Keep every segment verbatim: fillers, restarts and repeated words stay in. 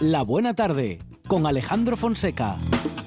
La Buena Tarde, con Alejandro Fonseca.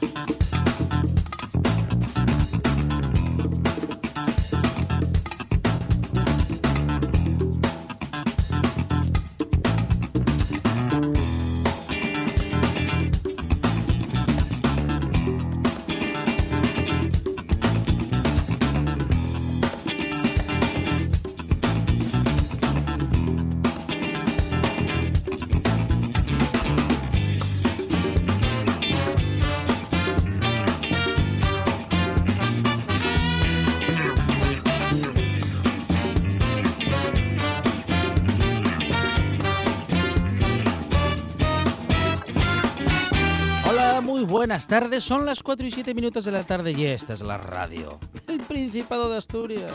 Buenas tardes, son las cuatro y siete minutos de la tarde y esta es la radio del Principado de Asturias.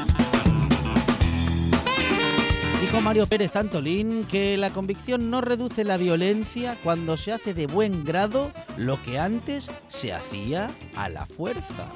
Dijo Mario Pérez Antolín que la convicción no reduce la violencia cuando se hace de buen grado lo que antes se hacía a la fuerza.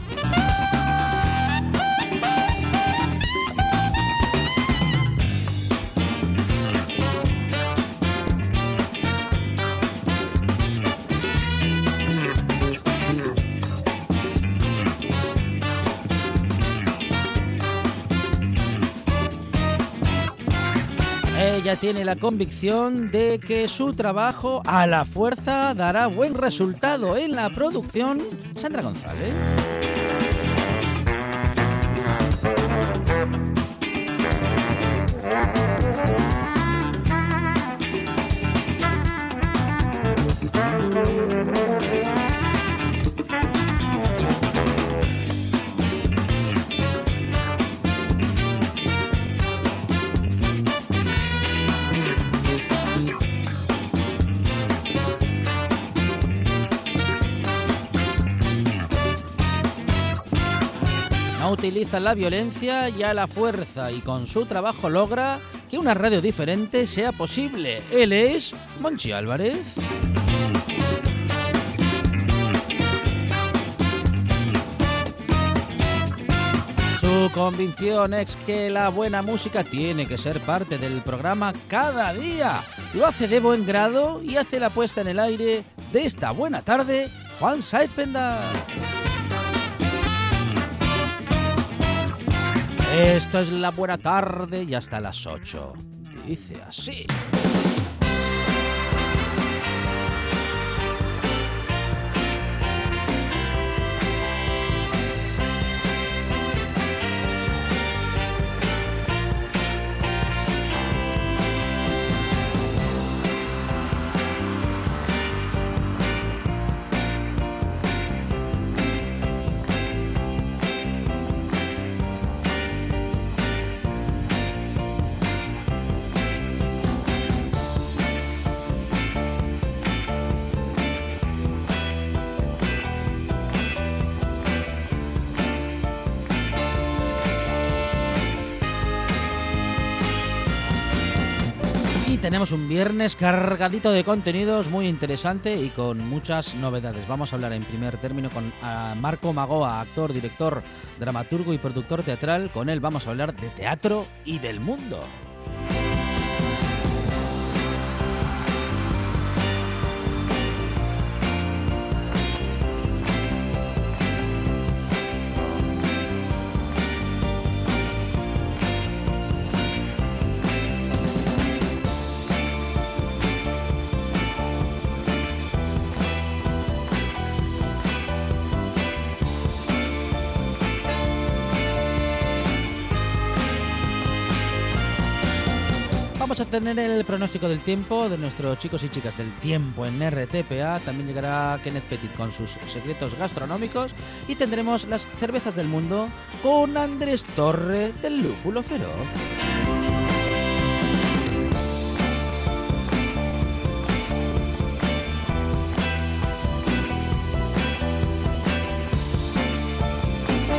Ella tiene la convicción de que su trabajo a la fuerza dará buen resultado. En la producción, Sandra González. Utiliza la violencia y a la fuerza y con su trabajo logra que una radio diferente sea posible. Él es Monchi Álvarez. Su convicción es que la buena música tiene que ser parte del programa cada día. Lo hace de buen grado y hace la puesta en el aire de esta buena tarde, Juan Sáez Penda. Esto es la buena tarde y hasta las ocho. Dice así. Tenemos un viernes cargadito de contenidos muy interesante y con muchas novedades. Vamos a hablar en primer término con uh, Marco Magoa, actor, director, dramaturgo y productor teatral. Con él vamos a hablar de teatro y del mundo. Vamos a tener el pronóstico del tiempo de nuestros chicos y chicas del tiempo en R T P A. También llegará Kenneth Petit con sus secretos gastronómicos. Y tendremos las cervezas del mundo con Andrés Torre del Lúpulo Feroz.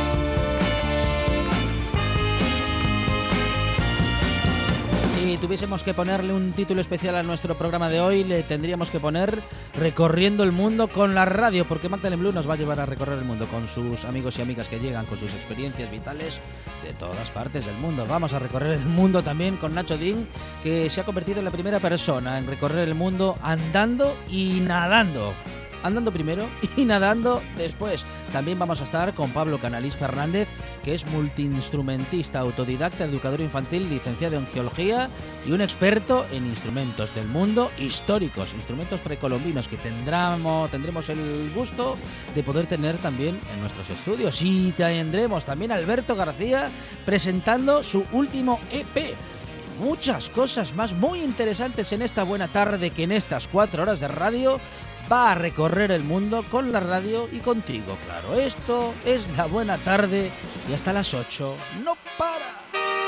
Si tuviésemos tuviésemos que ponerle un título especial a nuestro programa de hoy, le tendríamos que poner Recorriendo el Mundo con la Radio, porque Magdalene Blue nos va a llevar a recorrer el mundo con sus amigos y amigas que llegan, con sus experiencias vitales de todas partes del mundo. Vamos a recorrer el mundo también con Nacho Dean, que se ha convertido en la primera persona en recorrer el mundo andando y nadando. Andando primero y nadando después. También vamos a estar con Pablo Canalís Fernández, que es multiinstrumentista, autodidacta, educador infantil, licenciado en geología y un experto en instrumentos del mundo históricos, instrumentos precolombinos que tendremos, tendremos el gusto de poder tener también en nuestros estudios. Y tendremos también a Alberto García presentando su último E P. Muchas cosas más muy interesantes en esta buena tarde, que en estas cuatro horas de radio va a recorrer el mundo con la radio y contigo, claro. Esto es La Buena Tarde y hasta las ocho no para.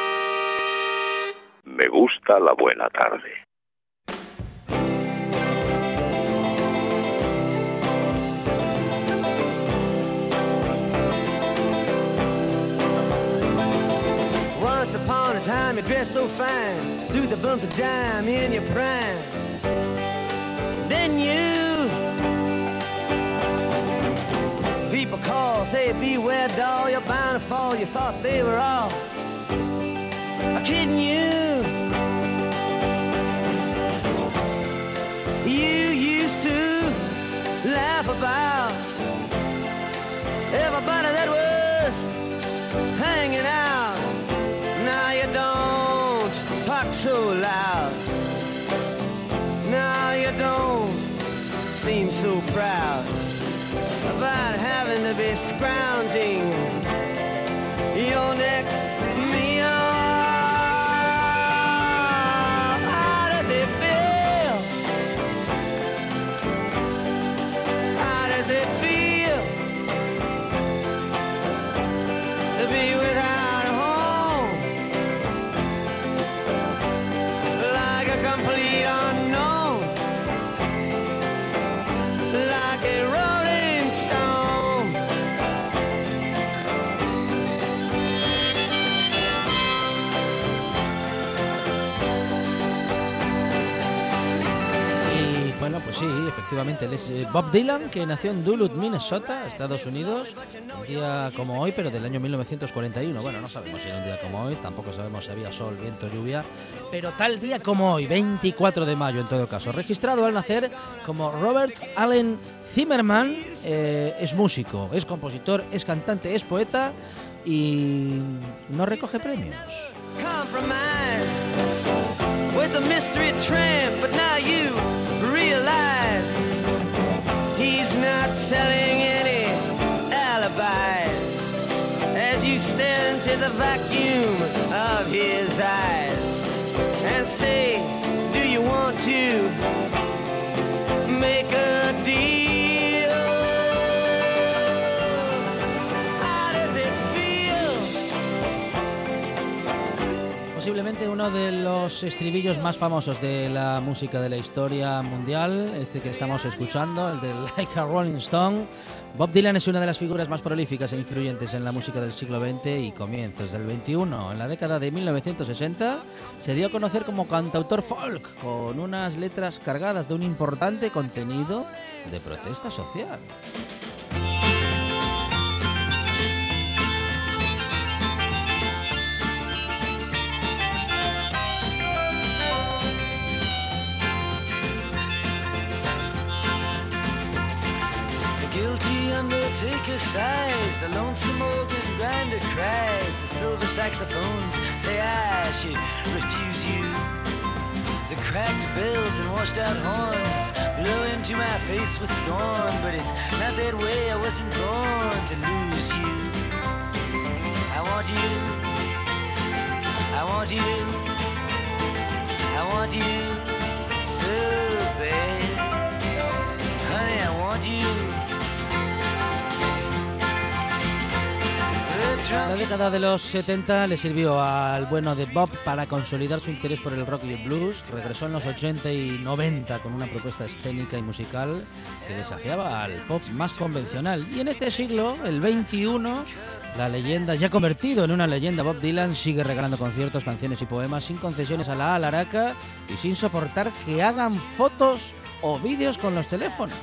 Me gusta La Buena Tarde. Once upon a time you dressed so fine, threw the bumps of dime in your prime. Then you people call, say beware doll, you're bound to fall. You thought they were all kidding you. You used to laugh about everybody that was hanging out. Now you don't talk so loud. Now you don't seem so proud about having to be scrounging your next meal. How does it feel? How does it feel to be without a home? Like a complete unknown, like a rolling stone. Y bueno, pues sí, efectivamente, él es Bob Dylan, que nació en Duluth, Minnesota, Estados Unidos, un día como hoy, pero del año mil novecientos cuarenta y uno. Bueno, no sabemos si era un día como hoy, tampoco sabemos si había sol, viento, lluvia, pero tal día como hoy, veinticuatro de mayo en todo caso. Registrado al nacer como Robert Allen Zimmerman, eh, es músico, es compositor, es cantante, es poeta y no recoge premios. Compromise with a mystery tramp, but now you realize he's not selling any alibis as you stare into the vacuum of his eyes and say, do you want to make a deal? How does it feel? Posiblemente uno de los estribillos más famosos de la música de la historia mundial, este que estamos escuchando, el de Like a Rolling Stone. Bob Dylan es una de las figuras más prolíficas e influyentes en la música del siglo veinte y comienzos del veintiuno. En la década de mil novecientos sesenta se dio a conocer como cantautor folk, con unas letras cargadas de un importante contenido de protesta social. Guilty undertaker sighs, the lonesome organ grinder cries, the silver saxophones say I should refuse you. The cracked bells and washed out horns blow into my face with scorn, but it's not that way, I wasn't born to lose you. I want you, I want you, I want you so bad. Honey, I want you. La década de los setenta le sirvió al bueno de Bob para consolidar su interés por el rock y el blues. Regresó en los ochenta y noventa con una propuesta escénica y musical que desafiaba al pop más convencional. Y en este siglo, el veintiuno, La leyenda, ya convertido en una leyenda, Bob Dylan sigue regalando conciertos, canciones y poemas sin concesiones a la alaraca y sin soportar que hagan fotos o vídeos con los teléfonos.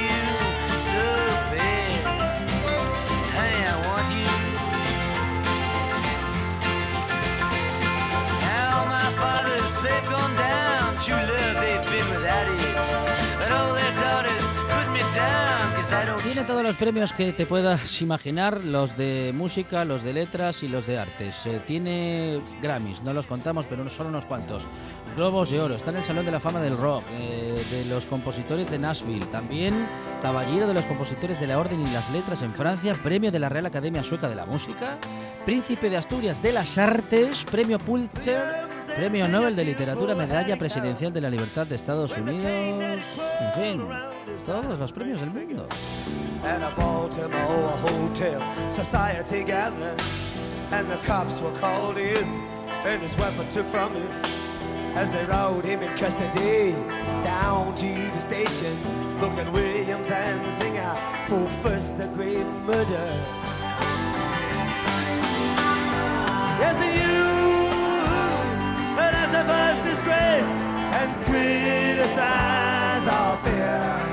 Tiene todos los premios que te puedas imaginar, los de música, los de letras y los de artes. Eh, tiene Grammys, no los contamos, pero son unos cuantos. Globos de Oro, está en el Salón de la Fama del Rock, eh, de los compositores de Nashville. También Caballero de los Compositores de la Orden y las Letras en Francia, Premio de la Real Academia Sueca de la Música, Príncipe de Asturias de las Artes, Premio Pulitzer, Premio Nobel de Literatura, Medalla Presidencial de la Libertad de Estados Unidos, en fin, todos los premios del mundo. At a Baltimore hotel, society gathering, and the cops were called in, and his weapon took from him, as they rode him in custody, down to the station, looking Williams and Singer for first degree murder. Yes, and you, and as a first disgrace, and criticize our fear.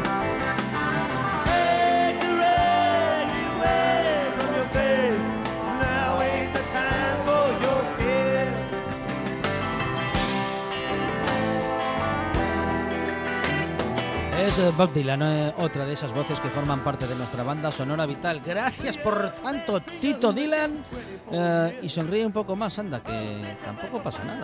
Es Bob Dylan, eh, otra de esas voces que forman parte de nuestra banda sonora vital. Gracias por tanto, Tito Dylan. Eh, y sonríe un poco más, anda, que tampoco pasa nada.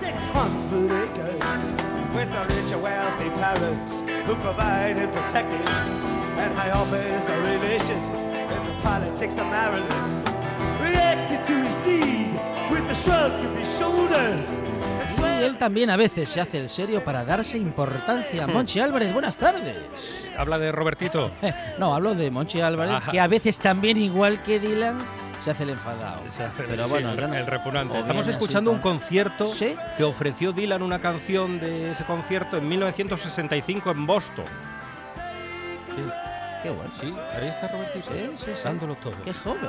Y él también a veces se hace el serio para darse importancia. Monchi Álvarez, buenas tardes. ¿Habla de Robertito? Eh, no, hablo de Monchi Álvarez, Ajá. que a veces también, igual que Dylan, se hace el enfadado. Se hace, Pero sí, bueno, el, no, el repugnante. Estamos bien, escuchando así, un concierto ¿sí? que ofreció Dylan, una canción de ese concierto en mil novecientos sesenta y cinco en Boston. Sí. Qué bueno. Sí, ahí está Robertito. Sí, sí, sí. Dándolo todo. Qué joven.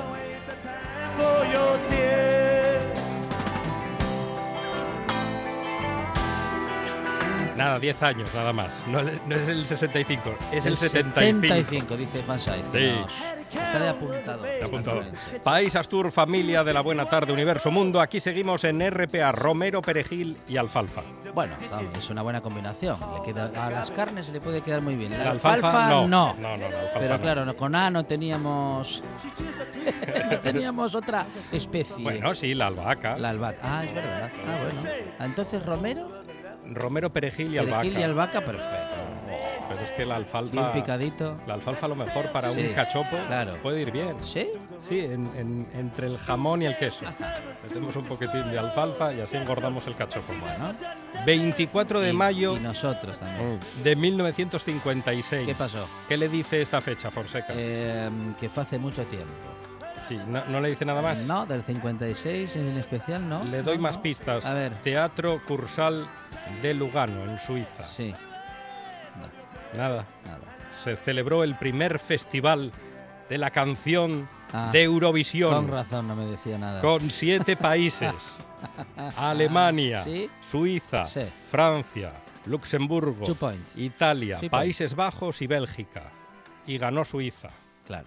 Nada, diez años nada más. No es, no es el sesenta y cinco, es el, el setenta y cinco. setenta y cinco, dice Juan Saiz. Sí. Nos, está de apuntado. De apuntado. País Astur, familia de la buena tarde, Universo Mundo. Aquí seguimos en R P A, Romero, perejil y alfalfa. Bueno, vamos, es una buena combinación. Le queda, a las carnes le puede quedar muy bien. La, la alfalfa, alfalfa no. no. No, no, no, alfalfa Pero no. claro, no, con A no teníamos... no teníamos otra especie. Bueno, sí, la albahaca. La albahaca. Ah, es verdad. Ah, bueno. Entonces, Romero... Romero, perejil y albahaca. Perejil y albahaca, perfecto. Oh, pero es que la alfalfa... Bien picadito. La alfalfa a lo mejor para sí, un cachopo claro. puede ir bien. ¿Sí? Sí, en, en, entre el jamón y el queso. Metemos un poquitín de alfalfa y así engordamos el cachopo. Bueno. veinticuatro de y, mayo... Y nosotros también. De mil novecientos cincuenta y seis. ¿Qué pasó? ¿Qué le dice esta fecha, Fonseca? Eh, que fue hace mucho tiempo. Sí, ¿no, ¿no le dice nada más? No, del cincuenta y seis en especial, ¿no? Le doy no, más no. pistas. A ver. Teatro Cursal de Lugano, en Suiza. Sí. No. Nada. Nada. Se celebró el primer festival de la canción ah, de Eurovisión. Con razón, no me decía nada. Con siete países. Alemania, ¿sí? Suiza, sí. Francia, Luxemburgo, Italia, sí, Países Bajos y Bélgica. Y ganó Suiza. Claro.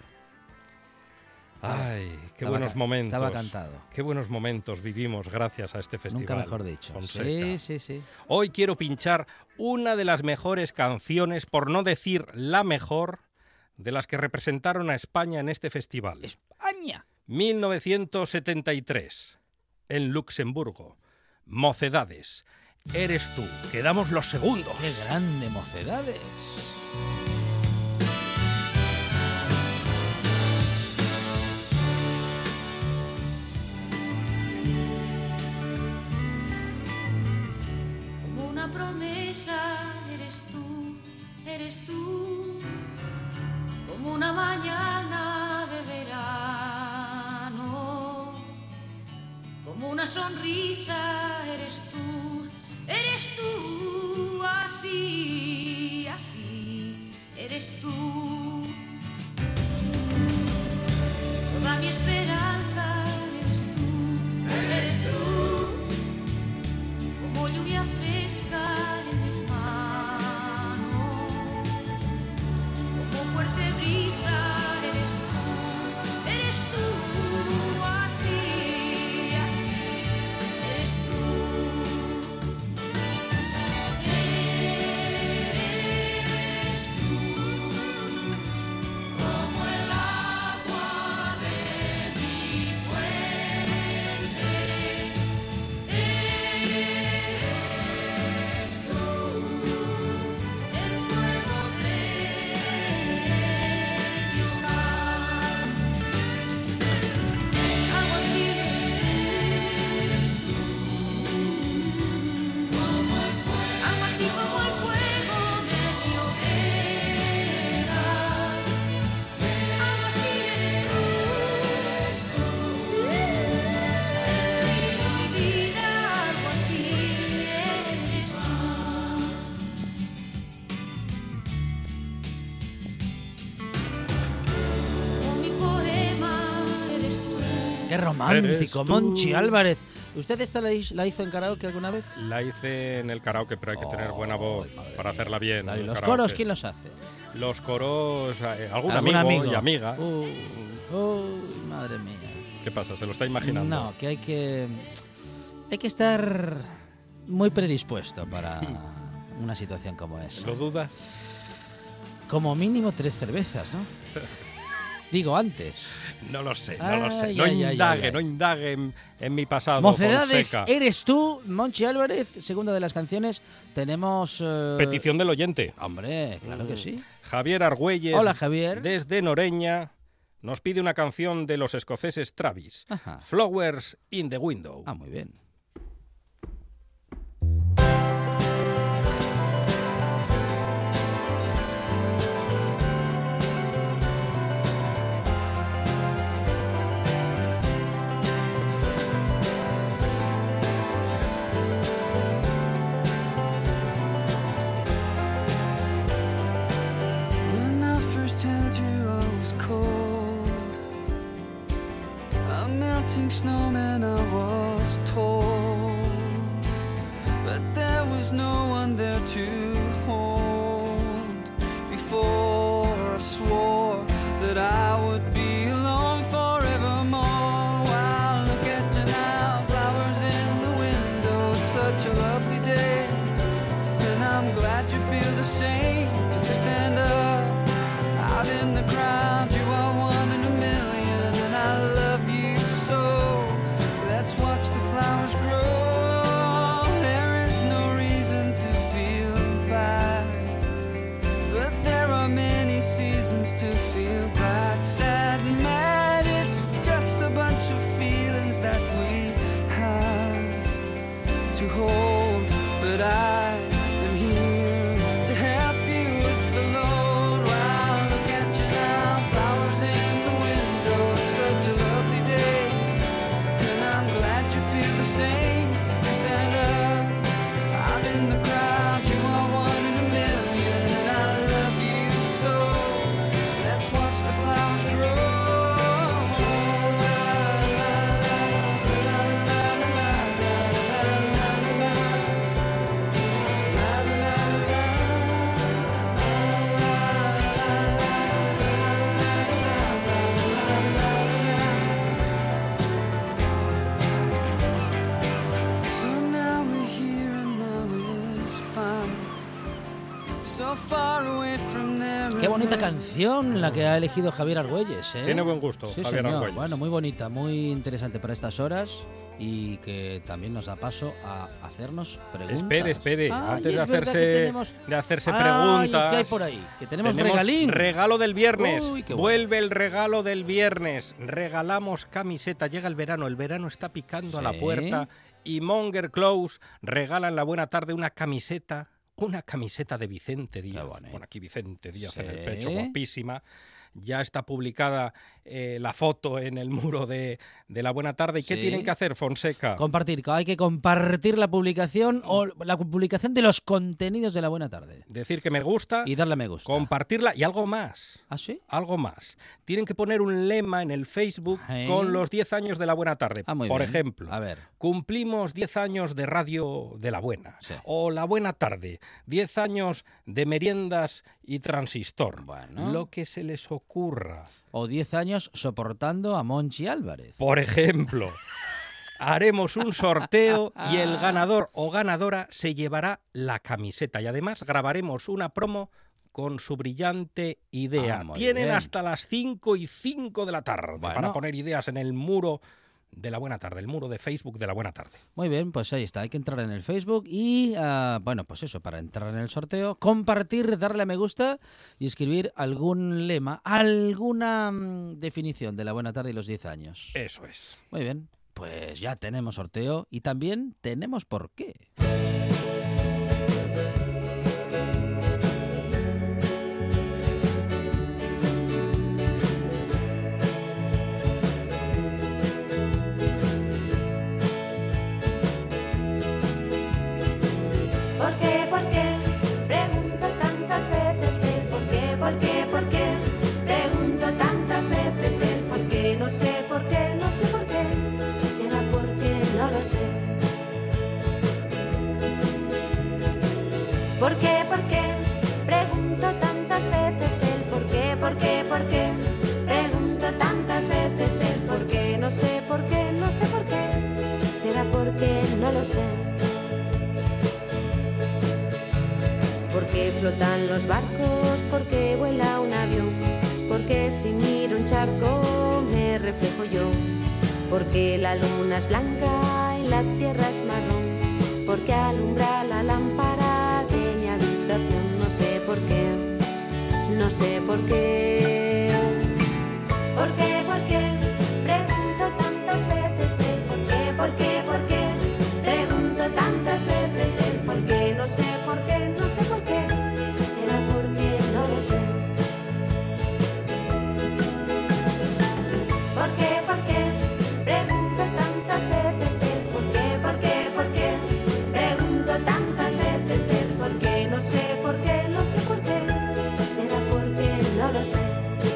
Ay, qué estaba buenos ca- momentos. Estaba cantado. Qué buenos momentos vivimos gracias a este festival. Nunca mejor dicho. Fonseca. Sí, sí, sí. Hoy quiero pinchar una de las mejores canciones, por no decir la mejor, de las que representaron a España en este festival. ¡España! mil novecientos setenta y tres, en Luxemburgo. Mocedades. Eres tú. Quedamos los segundos. ¡Qué grande, Mocedades! Eres tú, eres tú, como una mañana de verano, como una sonrisa, eres tú, eres tú, así, así, eres tú, toda mi esperanza. así como el fuego medio eras, algo así eres tú, en mi vida algo así eres tú. Con mi poema eres tú. ¡Qué romántico! Eres tú. Monchi Álvarez. ¿Usted esta la, hi- la hizo en karaoke alguna vez? La hice en el karaoke, pero hay que tener buena voz para hacerla bien. Claro, ¿y en el los karaoke. coros quién los hace? Los coros, eh, algún, ¿Algún amigo, amigo? y amiga. Uh, uh, madre mía. ¿Qué pasa? ¿Se lo está imaginando? No, que hay que hay que estar muy predispuesto para una situación como esa. ¿Lo duda? Como mínimo tres cervezas, ¿no? Digo antes. No lo sé, no lo sé. Ay, No ay, ay, indague, ay, ay. no indague en, en mi pasado. Mocedades, Fonseca. eres tú, Monchi Álvarez, segunda de las canciones. Tenemos... eh, Petición del oyente. Hombre, claro que sí. Javier Argüelles. Hola, Javier. Desde Noreña. Nos pide una canción de los escoceses Travis. Ajá. Flowers in the Window. Ah, muy bien. When I first held you, I was cold. A melting snowman, I was told. But there was no one there to hold. Before I swore that I would be alone forevermore. Wow, look at you now, flowers in the window. It's such a lovely day. And I'm glad you feel the same. Cause to stand up out in the crowd, you are one in a million. And I love you so. Let's watch the flowers grow. There is no reason to feel bad, but there are many seasons to feel bad, sad and mad. It's just a bunch of feelings that we have to hold. But I am here to help you with the load. Wow, look at you now, flowers in the window. It's such a lovely day, and I'm glad you feel the same. So stand up out in the crowd. You are one in a million, and I love you so. Let's watch the flowers grow. So now we're here and now it's fine. So far away from there. Qué bonita canción la que ha elegido Javier Argüelles, ¿eh? Tiene buen gusto, Sí, Javier señor. Argüelles. Bueno, muy bonita, muy interesante para estas horas y que también nos da paso a hacernos preguntas. Espere, espere. Ay, Antes de es verdad hacerse, que tenemos- de hacerse Ay, preguntas. ¿qué hay por ahí? Que tenemos, tenemos regalín. regalo del viernes. Uy, qué bueno. Vuelve el regalo del viernes. Regalamos camiseta. Llega el verano. El verano está picando a la Sí. puerta. Y Monger Clothes regala en la buena tarde una camiseta. Una camiseta de Vicente Díaz. Qué bonito. Bueno, aquí Vicente Díaz Sí. en el pecho, guapísima. Ya está publicada eh, la foto en el muro de, de la buena tarde. ¿Y qué Sí. tienen que hacer, Fonseca? Compartir, hay que compartir la publicación o la publicación de los contenidos de la buena tarde. Decir que me gusta, Y darle a me gusta. compartirla y algo más. ¿Ah, sí? Algo más. Tienen que poner un lema en el Facebook ¿Eh? con los diez años de la buena tarde. Ah, muy Por bien. ejemplo, A ver. cumplimos diez años de radio de la buena. Sí. O la buena tarde. diez años de meriendas y transistor. Bueno. Lo que se les ocurra. O diez años soportando a Monchi Álvarez. Por ejemplo, haremos un sorteo y el ganador o ganadora se llevará la camiseta. Y además grabaremos una promo con su brillante idea. Ah, muy Tienen bien. hasta las cinco y cinco de la tarde Bueno. para poner ideas en el muro de la buena tarde, el muro de Facebook de la buena tarde. Muy bien, pues ahí está. Hay que entrar en el Facebook y, ah, bueno, pues eso, para entrar en el sorteo, compartir, darle a me gusta y escribir algún lema, alguna mm, definición de la buena tarde y los diez años. Eso es. Muy bien, pues ya tenemos sorteo y también tenemos por qué. ¿Por qué, por qué? Pregunto tantas veces el por qué, por qué, por qué. Pregunto tantas veces el por qué, no sé por qué, no sé por qué. Será porque no lo sé. ¿Por qué flotan los barcos? ¿Por qué vuela un avión? ¿Por qué si miro un charco me reflejo yo? ¿Por qué la luna es blanca y la tierra es marrón? ¿Por qué alumbra la lámpara de mi habitación? No sé por qué, no sé por qué. ¿Por qué, por qué? Pregunto tantas veces el por qué, por qué, por qué. Pregunto tantas veces el por qué, no sé por qué, no sé por qué. Será porque no lo sé. ¿Por qué, por qué? Pregunto tantas veces el por qué, por qué, por qué. Pregunto tantas veces el por qué, no sé por qué, no sé por qué. Será porque no lo sé.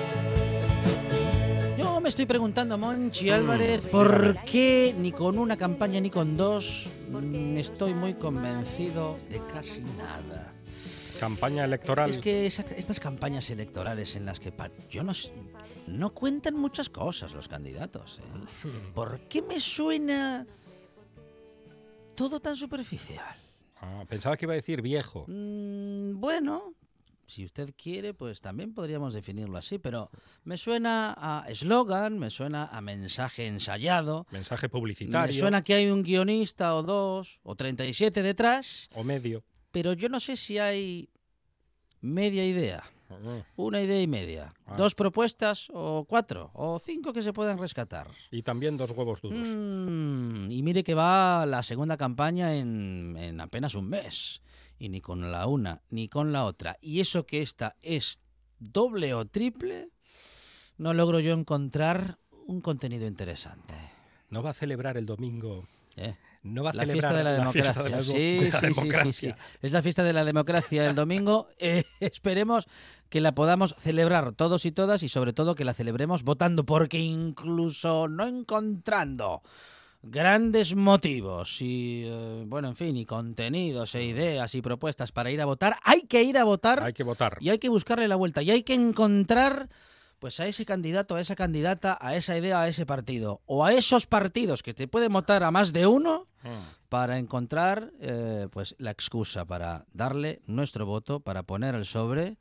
Yo me estoy preguntando, Monchi Álvarez, ¿por qué ni con una campaña ni con dos mm, estoy muy convencido de casi nada? Campaña electoral. Es que esa- estas campañas electorales en las que pa- yo no s- no cuentan muchas cosas los candidatos. ¿eh? ¿Por qué me suena todo tan superficial? Ah, pensaba que iba a decir viejo. Mm, bueno, si usted quiere, pues también podríamos definirlo así, pero me suena a eslogan, me suena a mensaje ensayado, Mensaje me publicitario. suena que hay un guionista o dos o treinta y siete detrás, O medio. pero yo no sé si hay media idea, Mm. una idea y media, Ah. dos propuestas o cuatro o cinco que se puedan rescatar. Y también dos huevos duros. Mm, y mire que va la segunda campaña en, en apenas un mes. Y ni con la una ni con la otra. Y eso que esta es doble o triple, no logro yo encontrar un contenido interesante. ¿No va a celebrar el domingo? ¿Eh? ¿No va a La celebrar fiesta de la democracia. fiesta de la, sí, de la sí, sí, sí, democracia? sí. Es la fiesta de la democracia el domingo. Eh, esperemos que la podamos celebrar todos y todas y sobre todo que la celebremos votando, porque incluso no encontrando grandes motivos y, eh, bueno, en fin, y contenidos e ideas y propuestas para ir a votar, hay que ir a votar Hay que votar. y hay que buscarle la vuelta y hay que encontrar pues a ese candidato, a esa candidata, a esa idea, a ese partido o a esos partidos que te pueden votar a más de uno Mm. para encontrar eh, pues la excusa para darle nuestro voto, para poner el sobre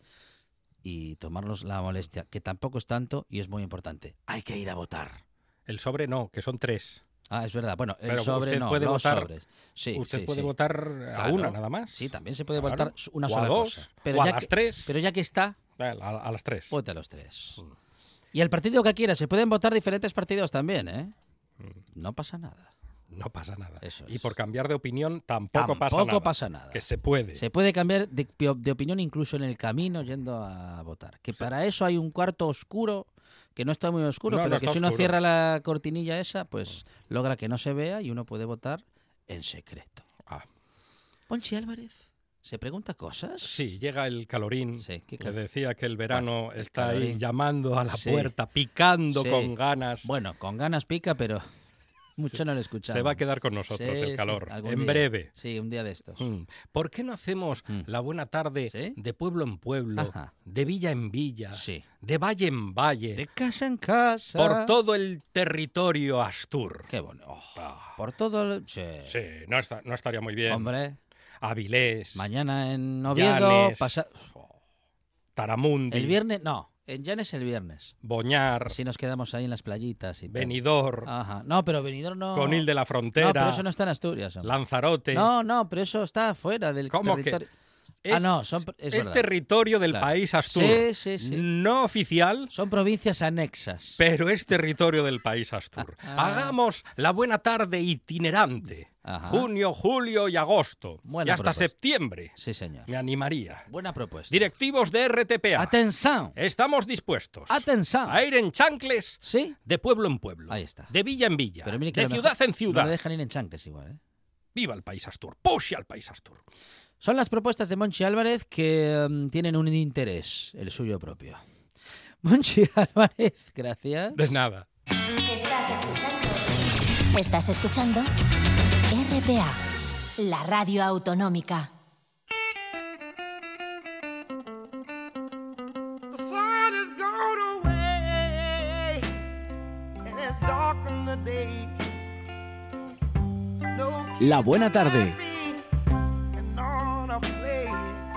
y tomarnos la molestia, que tampoco es tanto y es muy importante. Hay que ir a votar. El sobre no, que son tres. Ah, es verdad. Bueno, el Pero sobre usted no, puede los votar- sobres. Sí, Usted sí, puede sí. votar a Claro. una nada más. Sí, también se puede Claro. votar una O a sola dos, cosa. o a ya las que, tres. Pero ya que está, A, a- a las tres. vote a los tres. Y el partido que quiera. Se pueden votar diferentes partidos también, ¿eh? No pasa nada. No pasa nada. Eso Y es. por cambiar de opinión tampoco, pasa Tampoco nada. pasa nada. Que se puede. Se puede cambiar de, pio- de opinión incluso en el camino yendo a votar. Que para eso hay un cuarto oscuro, que no está muy oscuro, No, pero no que está si uno oscuro. cierra la cortinilla esa, pues logra que no se vea y uno puede votar en secreto. Ah, Ponchi Álvarez, ¿se pregunta cosas? sí, llega el calorín Sí, qué que cal- decía que el verano Bueno, el está ahí calorín. llamando a la Sí. puerta, picando Sí. con ganas. Bueno, con ganas pica, pero mucho no le escuchamos. Se va a quedar con nosotros Sí, el sí, calor. algún en día. breve. Sí, un día de estos. Mm. ¿Por qué no hacemos Mm. la buena tarde ¿Sí? de pueblo en pueblo, Ajá. de villa en villa, Sí. de valle en valle, De casa en casa. por todo el territorio Astur? Qué bueno. Oh, Ah, por todo el... Sí. sí, no, está, no estaría muy bien. Hombre, Avilés, mañana en Oviedo, Llanes, pasa... Taramundi, El viernes, no, en Llanes el viernes. Boñar, Así nos quedamos ahí en las playitas y tal. Benidorm, Ajá. No, pero Benidorm no... Conil de la No, Frontera, pero eso no está en Asturias. hombre. Lanzarote. No, no, pero eso está fuera del ¿Cómo que? territorio. Es, ah, no, son, es, es verdad. territorio del Claro. país Astur. Sí, sí, sí. No oficial, Son provincias anexas. pero es territorio del país Astur. Ah. Hagamos la buena tarde itinerante. Ajá. Junio, julio y agosto. Buena y hasta propuesta. septiembre. Sí, señor. Me animaría. Buena propuesta. Directivos de R T P A. Atención. Estamos dispuestos Atención. a ir en chancles Sí. de pueblo en pueblo. Ahí está. De villa en villa. Pero mire que de a lo ciudad mejor en ciudad. No le dejan ir en chancles igual, ¿eh? Viva el país Astur. Push al país Astur. Son las propuestas de Monchi Álvarez que um, tienen un interés, el suyo propio. Monchi Álvarez, gracias. De nada. Estás escuchando. Estás escuchando R P A, la radio autonómica. in the day. No La Buena Tarde. and on a plate.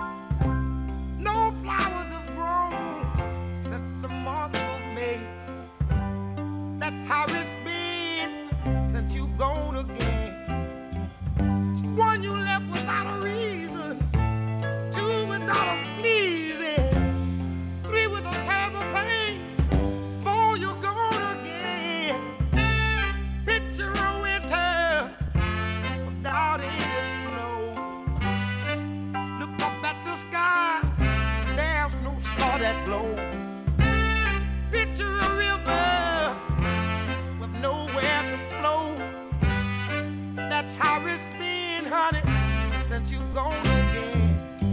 No flowers have grown since the month of May. That's how it's been since you've gone again. One, you left without a reason. Two, without a pleasing. Three, with a terrible pain. Four, you're gone again. Picture a winter without any snow. Look up at the sky, there's no star that glows. Picture a river with nowhere to flow. That's how it's been, honey, since you've gone again.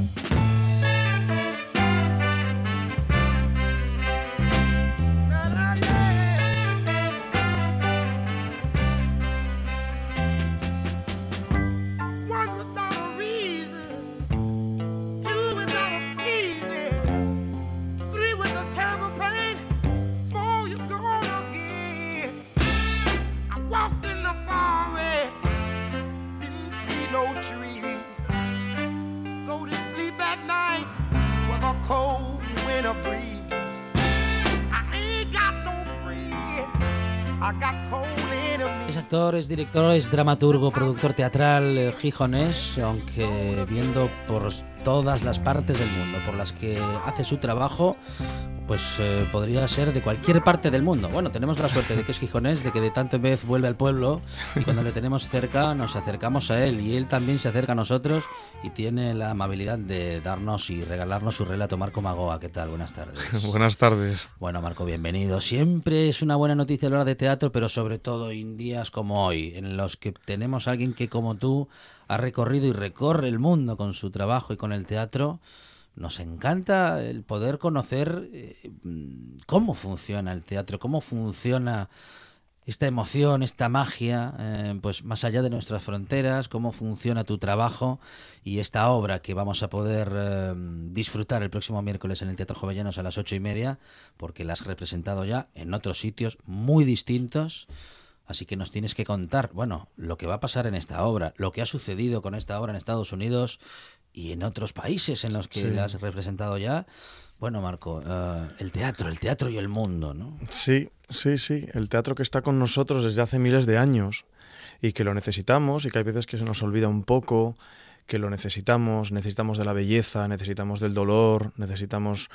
Na, na, yeah. One without a reason, two without a pleasing, three with a terrible pain, four you're gone again. I walked in the forest, didn't see no trees. Go to sleep at night with a cold winter breeze. I ain't got no friend, I got cold enemies. Es actor, es director, es dramaturgo, productor teatral eh, gijonés, aunque viendo por todas las partes del mundo por las que hace su trabajo, pues eh, podría ser de cualquier parte del mundo. Bueno, tenemos la suerte de que es gijonés, de que de tanto en vez vuelve al pueblo y cuando le tenemos cerca nos acercamos a él y él también se acerca a nosotros y tiene la amabilidad de darnos y regalarnos su relato. Marco Magoa, ¿qué tal? Buenas tardes. Buenas tardes. Bueno, Marco, bienvenido. Siempre es una buena noticia hablar de teatro, pero sobre todo en días como hoy, en los que tenemos a alguien que como tú ha recorrido y recorre el mundo con su trabajo y con el teatro. Nos encanta el poder conocer eh, cómo funciona el teatro, cómo funciona esta emoción, esta magia, eh, pues más allá de nuestras fronteras, cómo funciona tu trabajo y esta obra que vamos a poder eh, disfrutar el próximo miércoles en el Teatro Jovellanos a las ocho y media, porque la has representado ya en otros sitios muy distintos. Así que nos tienes que contar, bueno, lo que va a pasar en esta obra, lo que ha sucedido con esta obra en Estados Unidos y en otros países en los que Sí. la has representado ya. Bueno, Marco, uh, el teatro, el teatro y el mundo, ¿no? Sí, sí, sí. El teatro que está con nosotros desde hace miles de años y que lo necesitamos y que hay veces que se nos olvida un poco, que lo necesitamos, necesitamos de la belleza, necesitamos del dolor, necesitamos...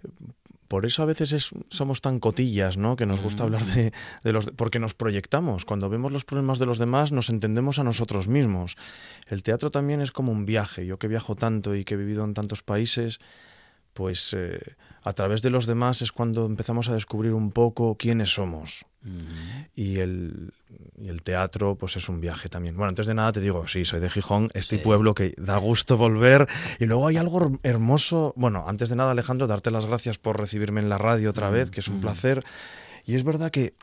Por eso a veces es, somos tan cotillas, ¿no? Que nos gusta hablar de, de los... Porque nos proyectamos. Cuando vemos los problemas de los demás nos entendemos a nosotros mismos. El teatro también es como un viaje. Yo que viajo tanto y que he vivido en tantos países, pues eh, a través de los demás es cuando empezamos a descubrir un poco quiénes somos. Uh-huh. Y el, y el teatro pues es un viaje también. Bueno, antes de nada te digo, sí, soy de Gijón, este sí. pueblo que da gusto volver. Y luego hay algo hermoso. Bueno, antes de nada, Alejandro, darte las gracias por recibirme en la radio otra uh-huh. vez, que es un uh-huh. placer. Y es verdad que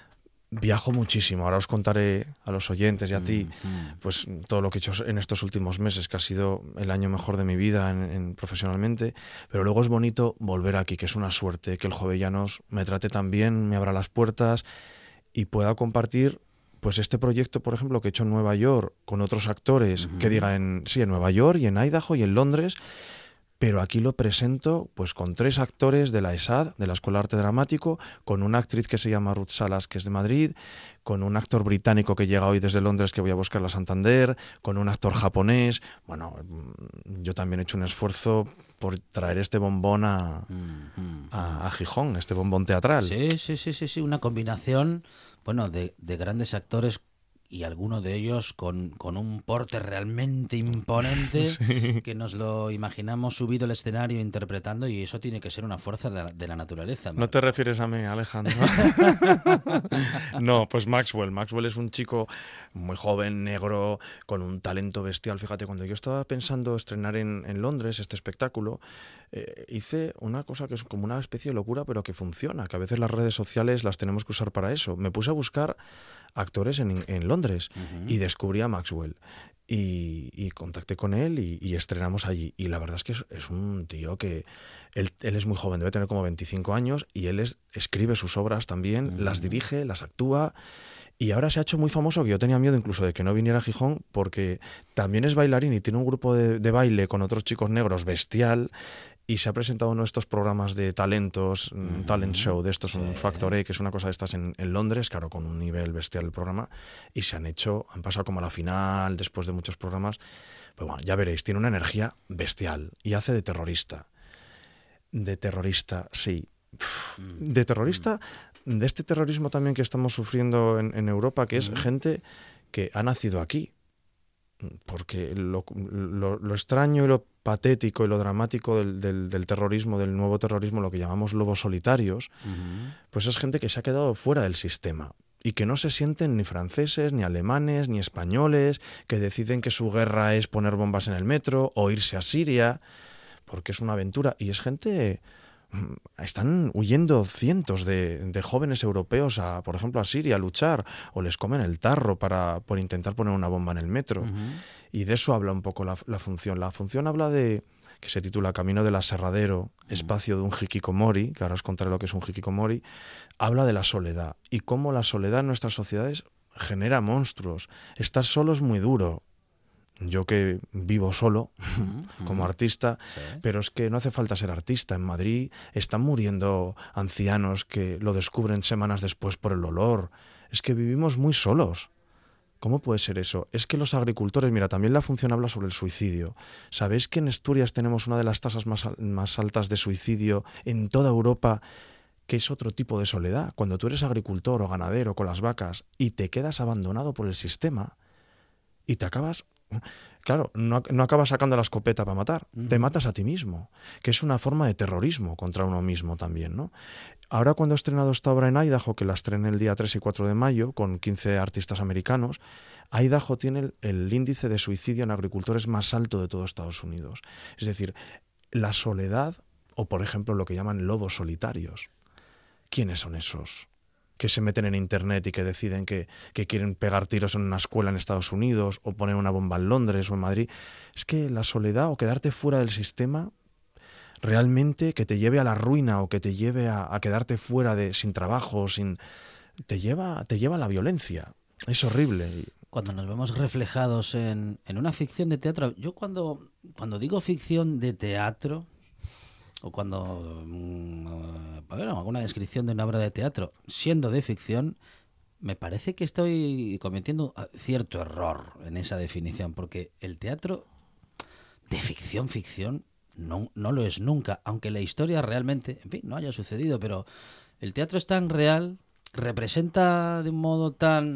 viajo muchísimo. Ahora os contaré a los oyentes y a ti mm-hmm. pues todo lo que he hecho en estos últimos meses, que ha sido el año mejor de mi vida en, en, profesionalmente. Pero luego es bonito volver aquí, que es una suerte, que el Jovellanos me trate tan bien, me abra las puertas y pueda compartir pues este proyecto, por ejemplo, que he hecho en Nueva York con otros actores, mm-hmm. que diga en, sí, en Nueva York y en Idaho y en Londres. Pero aquí lo presento pues con tres actores de la E S A D, de la Escuela de Arte Dramático, con una actriz que se llama Ruth Salas, que es de Madrid, con un actor británico que llega hoy desde Londres, que voy a buscar a Santander, con un actor japonés. Bueno, yo también he hecho un esfuerzo por traer este bombón a, mm-hmm. a, a Gijón, este bombón teatral. Sí, sí, sí, sí, sí, una combinación, bueno, de, de grandes actores y alguno de ellos con, con un porte realmente imponente, sí. que nos lo imaginamos subido al escenario interpretando, y eso tiene que ser una fuerza de la, de la naturaleza. No te refieres a mí, Alejandro. No, pues Maxwell. Maxwell es un chico muy joven, negro, con un talento bestial. Fíjate, cuando yo estaba pensando estrenar en, en Londres este espectáculo, eh, hice una cosa que es como una especie de locura, pero que funciona, que a veces las redes sociales las tenemos que usar para eso. Me puse a buscar actores en, en Londres. Londres, uh-huh. y descubrí a Maxwell. Y, y contacté con él y, y estrenamos allí. Y la verdad es que es, es un tío que... Él, él es muy joven, debe tener como veinticinco años, y él es, escribe sus obras también, uh-huh. las dirige, las actúa... Y ahora se ha hecho muy famoso, que yo tenía miedo incluso de que no viniera a Gijón, porque también es bailarín y tiene un grupo de, de baile con otros chicos negros bestial, y se ha presentado en uno de estos programas de talentos, un uh-huh. talent show de estos, sí. un Factor E, que es una cosa de estas en, en Londres, claro, con un nivel bestial el programa, y se han hecho, han pasado como a la final, después de muchos programas, pues bueno, ya veréis, tiene una energía bestial, y hace de terrorista. De terrorista, sí. Uf, de terrorista... de este terrorismo también que estamos sufriendo en, en Europa, que es uh-huh. gente que ha nacido aquí. Porque lo, lo, lo extraño y lo patético y lo dramático del, del, del terrorismo, del nuevo terrorismo, lo que llamamos lobos solitarios, uh-huh. pues es gente que se ha quedado fuera del sistema y que no se sienten ni franceses, ni alemanes, ni españoles, que deciden que su guerra es poner bombas en el metro o irse a Siria, porque es una aventura. Y es gente... Están huyendo cientos de, de jóvenes europeos, a, por ejemplo, a Siria a luchar, o les comen el tarro para, por intentar poner una bomba en el metro. Uh-huh. Y de eso habla un poco la, la función. La función habla de, que se titula Camino del Aserradero, uh-huh. espacio de un hikikomori, que ahora os contaré lo que es un hikikomori, habla de la soledad y cómo la soledad en nuestras sociedades genera monstruos. Estar solo es muy duro. Yo que vivo solo uh-huh. como artista, sí. pero es que no hace falta ser artista. En Madrid están muriendo ancianos que lo descubren semanas después por el olor. Es que vivimos muy solos. ¿Cómo puede ser eso? Es que los agricultores, mira, también la función habla sobre el suicidio. ¿Sabéis que en Asturias tenemos una de las tasas más, más altas de suicidio en toda Europa, que es otro tipo de soledad? Cuando tú eres agricultor o ganadero con las vacas y te quedas abandonado por el sistema y te acabas... Claro, no, no acabas sacando la escopeta para matar, uh-huh. te matas a ti mismo, que es una forma de terrorismo contra uno mismo también, ¿no? Ahora cuando he estrenado esta obra en Idaho, que la estrené el día tres y cuatro de mayo, con quince artistas americanos, Idaho tiene el, el índice de suicidio en agricultores más alto de todo Estados Unidos. Es decir, la soledad, o por ejemplo lo que llaman lobos solitarios. ¿Quiénes son esos? Que se meten en internet y que deciden que, que quieren pegar tiros en una escuela en Estados Unidos o poner una bomba en Londres o en Madrid. Es que la soledad o quedarte fuera del sistema realmente que te lleve a la ruina o que te lleve a, a quedarte fuera de sin trabajo, sin te lleva, te lleva a la violencia. Es horrible. Cuando nos vemos reflejados en, en una ficción de teatro, yo cuando, cuando digo ficción de teatro... o cuando bueno, alguna descripción de una obra de teatro siendo de ficción, me parece que estoy cometiendo cierto error en esa definición, porque el teatro de ficción, ficción, no, no lo es nunca, aunque la historia realmente, en fin, no haya sucedido, pero el teatro es tan real, representa de un modo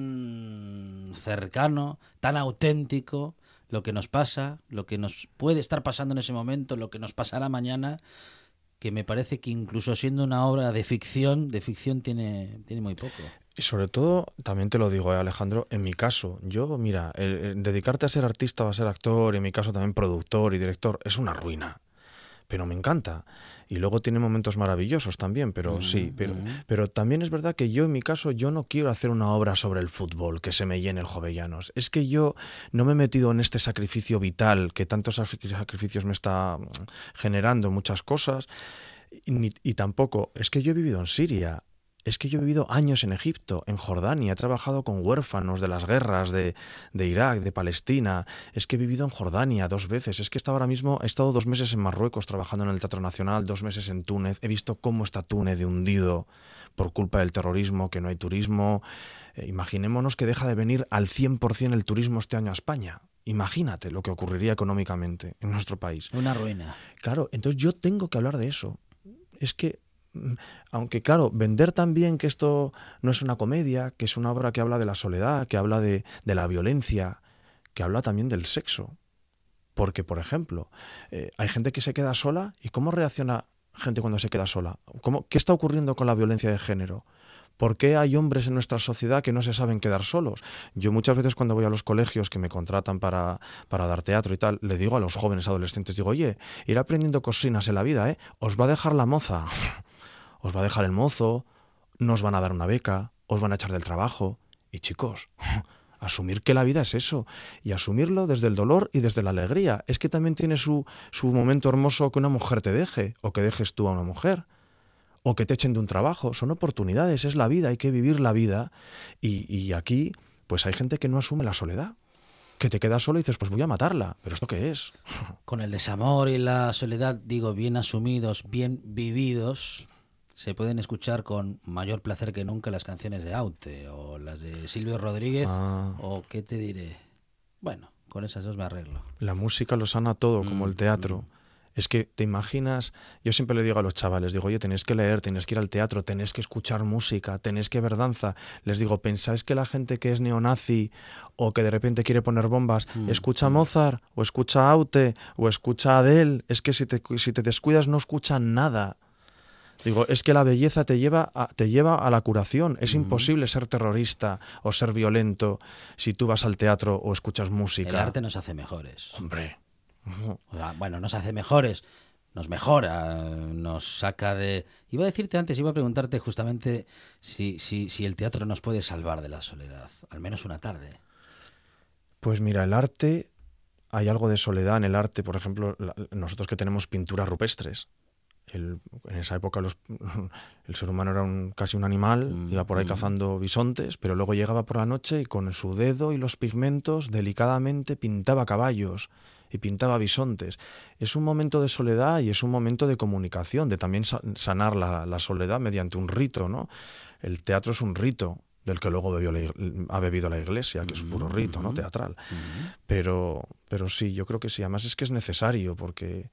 tan cercano, tan auténtico, lo que nos pasa, lo que nos puede estar pasando en ese momento, lo que nos pasará mañana, que me parece que incluso siendo una obra de ficción, de ficción tiene, tiene muy poco. Y sobre todo, también te lo digo, eh, Alejandro, en mi caso, yo, mira, el, el dedicarte a ser artista o a ser actor, y en mi caso también productor y director, es una ruina. Pero me encanta. Y luego tiene momentos maravillosos también, pero uh-huh, sí. Pero, uh-huh. pero también es verdad que yo, en mi caso, yo no quiero hacer una obra sobre el fútbol, que se me llene el Jovellanos. Es que yo no me he metido en este sacrificio vital, que tantos sacrificios me está generando muchas cosas. Y, y tampoco, es que yo he vivido en Siria. Es que yo he vivido años en Egipto, en Jordania, he trabajado con huérfanos de las guerras de, de Irak, de Palestina, es que he vivido en Jordania dos veces, es que estaba ahora mismo, he estado dos meses en Marruecos trabajando en el Teatro Nacional, dos meses en Túnez, he visto cómo está Túnez de hundido por culpa del terrorismo, que no hay turismo. Eh, imaginémonos que deja de venir al cien por ciento el turismo este año a España. Imagínate lo que ocurriría económicamente en nuestro país. Una ruina. Claro, entonces yo tengo que hablar de eso. Es que aunque claro, vender también que esto no es una comedia, que es una obra que habla de la soledad, que habla de, de la violencia, que habla también del sexo. Porque, por ejemplo, eh, hay gente que se queda sola, ¿y cómo reacciona gente cuando se queda sola? ¿Cómo, ¿Qué está ocurriendo con la violencia de género? ¿Por qué hay hombres en nuestra sociedad que no se saben quedar solos? Yo muchas veces cuando voy a los colegios que me contratan para, para dar teatro y tal, le digo a los jóvenes adolescentes, digo, oye, ir aprendiendo cocinas en la vida, ¿eh? Os va a dejar la moza. Os va a dejar el mozo, no os van a dar una beca, os van a echar del trabajo. Y chicos, asumir que la vida es eso, y asumirlo desde el dolor y desde la alegría. Es que también tiene su, su momento hermoso que una mujer te deje, o que dejes tú a una mujer, o que te echen de un trabajo. Son oportunidades, es la vida, hay que vivir la vida. Y, y aquí, pues hay gente que no asume la soledad, que te quedas solo y dices, pues voy a matarla. ¿Pero esto qué es? Con el desamor y la soledad, digo, bien asumidos, bien vividos, se pueden escuchar con mayor placer que nunca las canciones de Aute o las de Silvio Rodríguez, Ah. o qué te diré. Bueno, con esas dos me arreglo. La música lo sana todo, como Mm, el teatro. mm. Es que te imaginas, yo siempre le digo a los chavales, digo, oye, tenéis que leer, tenéis que ir al teatro, tenéis que escuchar música, tenéis que ver danza. Les digo, ¿pensáis que la gente que es neonazi o que de repente quiere poner bombas, Mm, escucha mm. Mozart o escucha Aute o escucha Adele? Es que si te, si te descuidas no escuchan nada. Digo, es que la belleza te lleva a, te lleva a la curación. Es Ujú. imposible ser terrorista o ser violento si tú vas al teatro o escuchas música. El arte nos hace mejores. Hombre. O sea, bueno, nos hace mejores, nos mejora, nos saca de... Iba a decirte antes, iba a preguntarte justamente si, si, si el teatro nos puede salvar de la soledad, al menos una tarde. Pues mira, el arte, hay algo de soledad en el arte. Por ejemplo, la- nosotros que tenemos pinturas rupestres. El- en esa época los, el ser humano era un, casi un animal, Mm, iba por ahí mm. cazando bisontes, pero luego llegaba por la noche y con su dedo y los pigmentos delicadamente pintaba caballos y pintaba bisontes. Es un momento de soledad y es un momento de comunicación, de también sa- sanar la, la soledad mediante un rito, ¿no? El teatro es un rito del que luego bebió la ig- ha bebido la iglesia, que es puro rito, ¿no? Ujú. Teatral. Ujú. Pero, pero sí, yo creo que sí. Además es que es necesario porque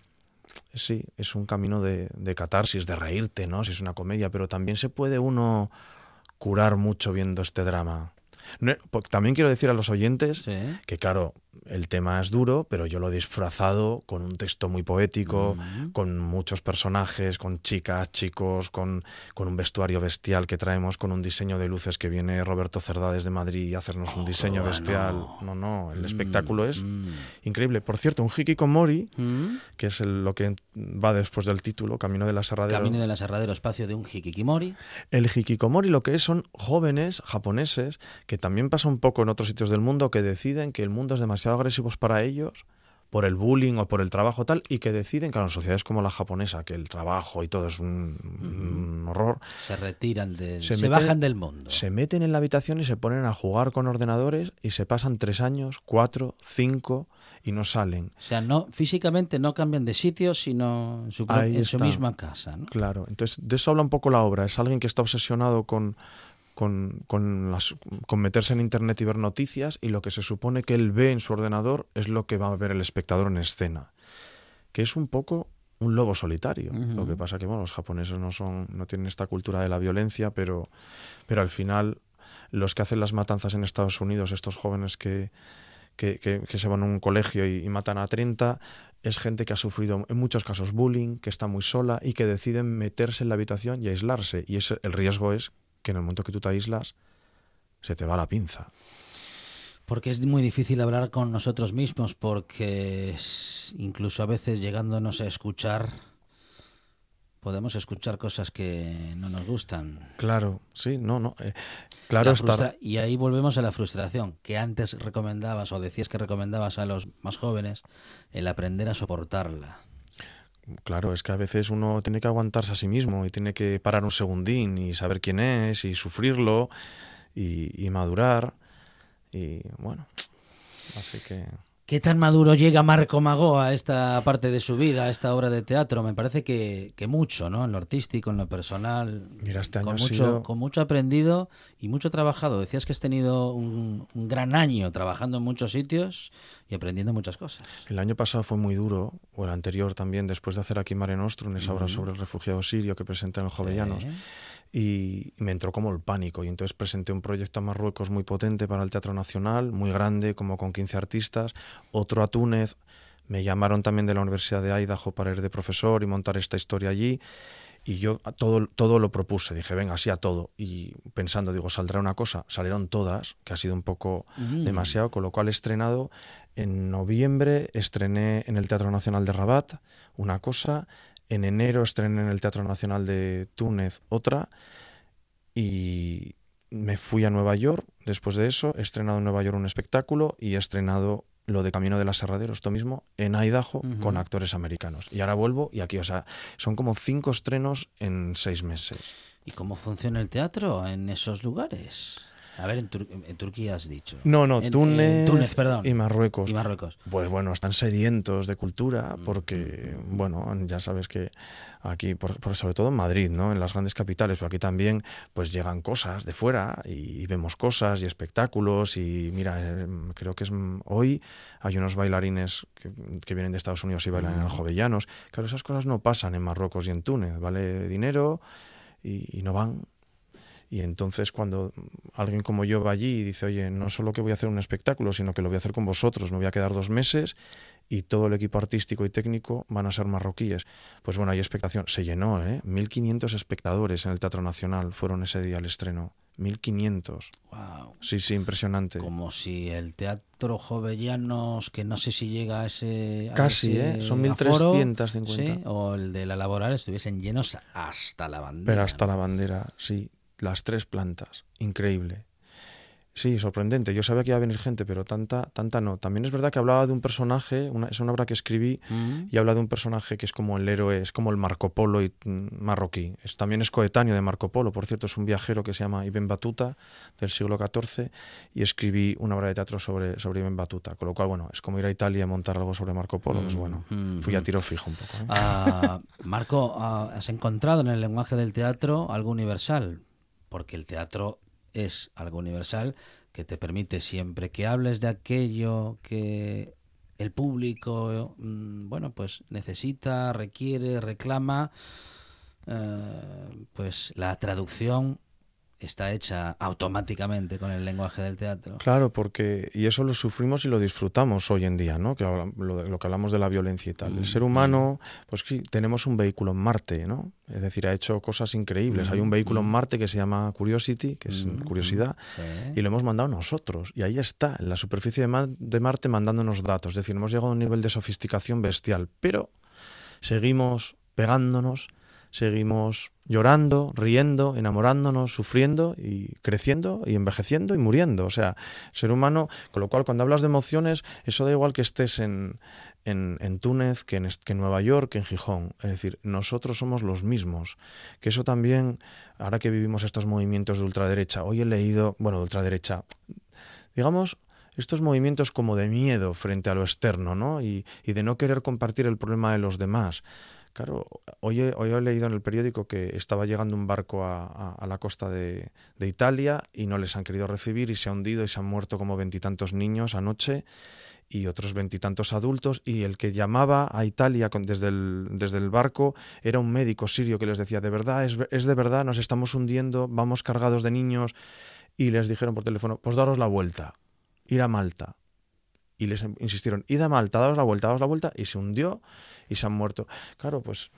sí, es un camino de, de catarsis, de reírte, ¿no? Si es una comedia, pero también se puede uno curar mucho viendo este drama. No, porque también quiero decir a los oyentes Sí. que, claro, el tema es duro, pero yo lo he disfrazado con un texto muy poético, Mm. con muchos personajes, con chicas, chicos, con, con un vestuario bestial que traemos, con un diseño de luces que viene Roberto Cerdá desde Madrid a hacernos un Oh, diseño bueno. bestial. No, no, el Mm, espectáculo es mm. increíble. Por cierto, un hikikomori, Mm. que es el- lo que va después del título, Camino de la Serradera. Camino del aserradero, espacio de un hikikimori. El hikikomori lo que es son jóvenes japoneses, que también pasa un poco en otros sitios del mundo, que deciden que el mundo es demasiado agresivo para ellos, por el bullying o por el trabajo tal, y que deciden, claro, en sociedades como la japonesa, que el trabajo y todo es un, un horror, Se retiran de... Se, meten- bajan del mundo. se meten en la habitación y se ponen a jugar con ordenadores y se pasan tres años, cuatro, cinco y no salen. O sea, no, físicamente no cambian de sitio, sino en su, pro- Ahí en su está. misma casa, ¿no? Claro, entonces de eso habla un poco la obra. Es alguien que está obsesionado con, con, con, las, con meterse en internet y ver noticias, y lo que se supone que él ve en su ordenador es lo que va a ver el espectador en escena. Que es un poco un lobo solitario. Ujú. Lo que pasa que bueno, los japoneses no son, no tienen esta cultura de la violencia, pero, pero al final los que hacen las matanzas en Estados Unidos, estos jóvenes que, que, que, que se van a un colegio y, y matan a treinta, es gente que ha sufrido en muchos casos bullying, que está muy sola y que deciden meterse en la habitación y aislarse. Y ese, el riesgo es que en el momento que tú te aíslas, se te va la pinza. Porque es muy difícil hablar con nosotros mismos, porque es- incluso a veces llegándonos a escuchar, podemos escuchar cosas que no nos gustan. Claro, sí, no, no. eh, claro La está. frustra- Y ahí volvemos a la frustración, que antes recomendabas o decías que recomendabas a los más jóvenes, el aprender a soportarla. Claro, es que a veces uno tiene que aguantarse a sí mismo y tiene que parar un segundín y saber quién es y sufrirlo y, y madurar. Y bueno, así que... ¿Qué tan maduro llega Marco Magó a esta parte de su vida, a esta obra de teatro? Me parece que, que mucho, ¿no? En lo artístico, en lo personal. Mira, este año con ha mucho, sido- con mucho aprendido y mucho trabajado. Decías que has tenido un, un gran año trabajando en muchos sitios y aprendiendo muchas cosas. El año pasado fue muy duro, o el anterior también, después de hacer aquí Mare Nostrum, esa obra Ujú. sobre el refugiado sirio que presenté en el Jovellanos, Sí. y me entró como el pánico, y entonces presenté un proyecto a Marruecos muy potente para el Teatro Nacional, muy grande, como con quince artistas, otro a Túnez, me llamaron también de la Universidad de Idaho para ir de profesor y montar esta historia allí, y yo a todo, todo lo propuse, dije, venga, sí a todo, y pensando, digo, ¿saldrá una cosa? Salieron todas, que ha sido un poco Mm. demasiado, con lo cual he estrenado en noviembre, estrené en el Teatro Nacional de Rabat una cosa, en enero estrené en el Teatro Nacional de Túnez otra, y, me fui a Nueva York, después de eso, he estrenado en Nueva York un espectáculo y he estrenado lo de Camino del Aserradero, esto mismo, en Idaho, uh-huh. con actores americanos. Y ahora vuelvo y aquí, o sea, son como cinco estrenos en seis meses. ¿Y cómo funciona el teatro en esos lugares? A ver, en, Tur- en Turquía has dicho. No, no, en, Túnez, en Túnez perdón. y Marruecos. Y Marruecos. Pues bueno, están sedientos de cultura porque, mm. bueno, ya sabes que aquí, por, por, sobre todo en Madrid, ¿no? En las grandes capitales, pero aquí también pues llegan cosas de fuera y, y vemos cosas y espectáculos y mira, eh, creo que es hoy hay unos bailarines que, que vienen de Estados Unidos y bailan mm. en Aljovellanos. Claro, esas cosas no pasan en Marruecos y en Túnez, vale dinero y, y no van. Y entonces cuando alguien como yo va allí y dice, oye, no solo que voy a hacer un espectáculo, sino que lo voy a hacer con vosotros, me voy a quedar dos meses y todo el equipo artístico y técnico van a ser marroquíes. Pues bueno, hay expectación. Se llenó, ¿eh? mil quinientos espectadores en el Teatro Nacional fueron ese día al estreno. mil quinientos. Wow. Sí, sí, impresionante. Como si el Teatro Jovellanos, que no sé si llega a ese... A Casi, ese ¿eh? Son mil trescientos cincuenta. ¿Sí? O el de la Laboral estuviesen llenos hasta la bandera. Pero hasta la bandera, sí. Las tres plantas, increíble. Sí, sorprendente. Yo sabía que iba a venir gente, pero tanta, tanta no. También es verdad que hablaba de un personaje, una, es una obra que escribí, mm. y habla de un personaje que es como el héroe, es como el Marco Polo y, mm, marroquí. Es, también es coetáneo de Marco Polo, por cierto, es un viajero que se llama Ibn Battuta, del siglo catorce, y escribí una obra de teatro sobre, sobre Ibn Battuta. Con lo cual, bueno, es como ir a Italia y montar algo sobre Marco Polo, mm. pues bueno, mm. fui a tiro fijo un poco. ¿eh? Uh, Marco, uh, ¿has encontrado en el lenguaje del teatro algo universal? Porque el teatro es algo universal que te permite, siempre que hables de aquello que el público, bueno, pues necesita, requiere, reclama, eh, pues la traducción está hecha automáticamente con el lenguaje del teatro. Claro, porque y eso lo sufrimos y lo disfrutamos hoy en día, ¿no? Que lo, lo que hablamos de la violencia y tal. Mm, el ser humano, mm. pues sí, tenemos un vehículo en Marte, ¿no? Es decir, ha hecho cosas increíbles. Mm, Hay un vehículo mm. en Marte que se llama Curiosity, que es mm, curiosidad, sí. y lo hemos mandado nosotros. Y ahí está, en la superficie de, Ma- de Marte, mandándonos datos. Es decir, hemos llegado a un nivel de sofisticación bestial, pero seguimos pegándonos, seguimos llorando, riendo, enamorándonos, sufriendo y creciendo y envejeciendo y muriendo. O sea, ser humano, con lo cual cuando hablas de emociones, eso da igual que estés en, en, en Túnez, que en, que en Nueva York, que en Gijón. Es decir, nosotros somos los mismos. Que eso también, ahora que vivimos estos movimientos de ultraderecha, hoy he leído, bueno, de ultraderecha, digamos, estos movimientos como de miedo frente a lo externo, ¿no? Y, y de no querer compartir el problema de los demás. Claro, hoy he, hoy he leído en el periódico que estaba llegando un barco a, a, a la costa de, de Italia y no les han querido recibir y se ha hundido y se han muerto como veintitantos niños anoche y otros veintitantos adultos, y el que llamaba a Italia con, desde, el, desde el barco era un médico sirio que les decía, de verdad, es, es de verdad, nos estamos hundiendo, vamos cargados de niños, y les dijeron por teléfono, pues daros la vuelta, ir a Malta. Y les insistieron, id a Malta, daos la vuelta, daos la vuelta, y se hundió y se han muerto. Claro, pues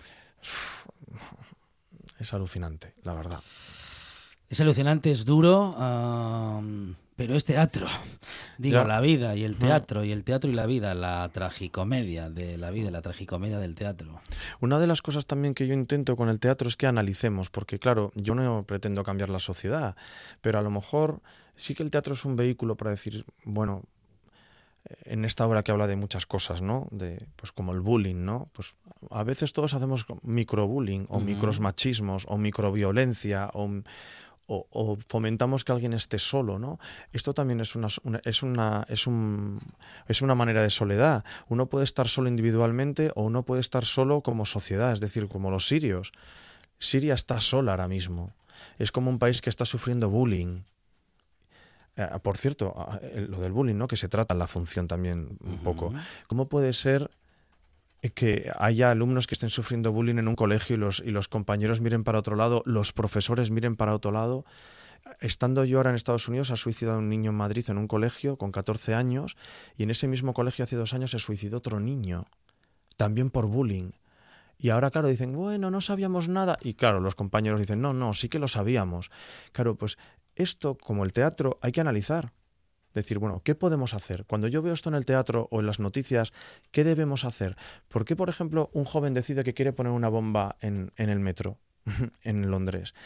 es alucinante, la verdad. Es alucinante, es duro, um, pero es teatro. Digo, ya. La vida y el teatro, y el teatro y la vida, la tragicomedia de la vida, la tragicomedia del teatro. Una de las cosas también que yo intento con el teatro es que analicemos, porque claro, yo no pretendo cambiar la sociedad, pero a lo mejor sí que el teatro es un vehículo para decir, bueno, en esta obra que habla de muchas cosas, ¿no? De, pues como el bullying, ¿no? Pues a veces todos hacemos microbullying o uh-huh. micromachismos o microviolencia o, o, o fomentamos que alguien esté solo, ¿no? Esto también es una, una, es, una, es, un, es una manera de soledad. Uno puede estar solo individualmente o uno puede estar solo como sociedad, es decir, como los sirios. Siria está sola ahora mismo. Es como un país que está sufriendo bullying. Eh, por cierto, eh, lo del bullying, ¿no? Que se trata en la función también un uh-huh. poco. ¿Cómo puede ser que haya alumnos que estén sufriendo bullying en un colegio y los, y los compañeros miren para otro lado, los profesores miren para otro lado? Estando yo ahora en Estados Unidos, ha suicidado un niño en Madrid en un colegio con catorce años, y en ese mismo colegio hace dos años se suicidó otro niño, también por bullying. Y ahora, claro, dicen, bueno, no sabíamos nada. Y claro, los compañeros dicen, no, no, sí que lo sabíamos. Claro, pues esto, como el teatro, hay que analizar. Decir, bueno, ¿qué podemos hacer? Cuando yo veo esto en el teatro o en las noticias, ¿qué debemos hacer? ¿Por qué, por ejemplo, un joven decide que quiere poner una bomba en, en el metro, en Londres?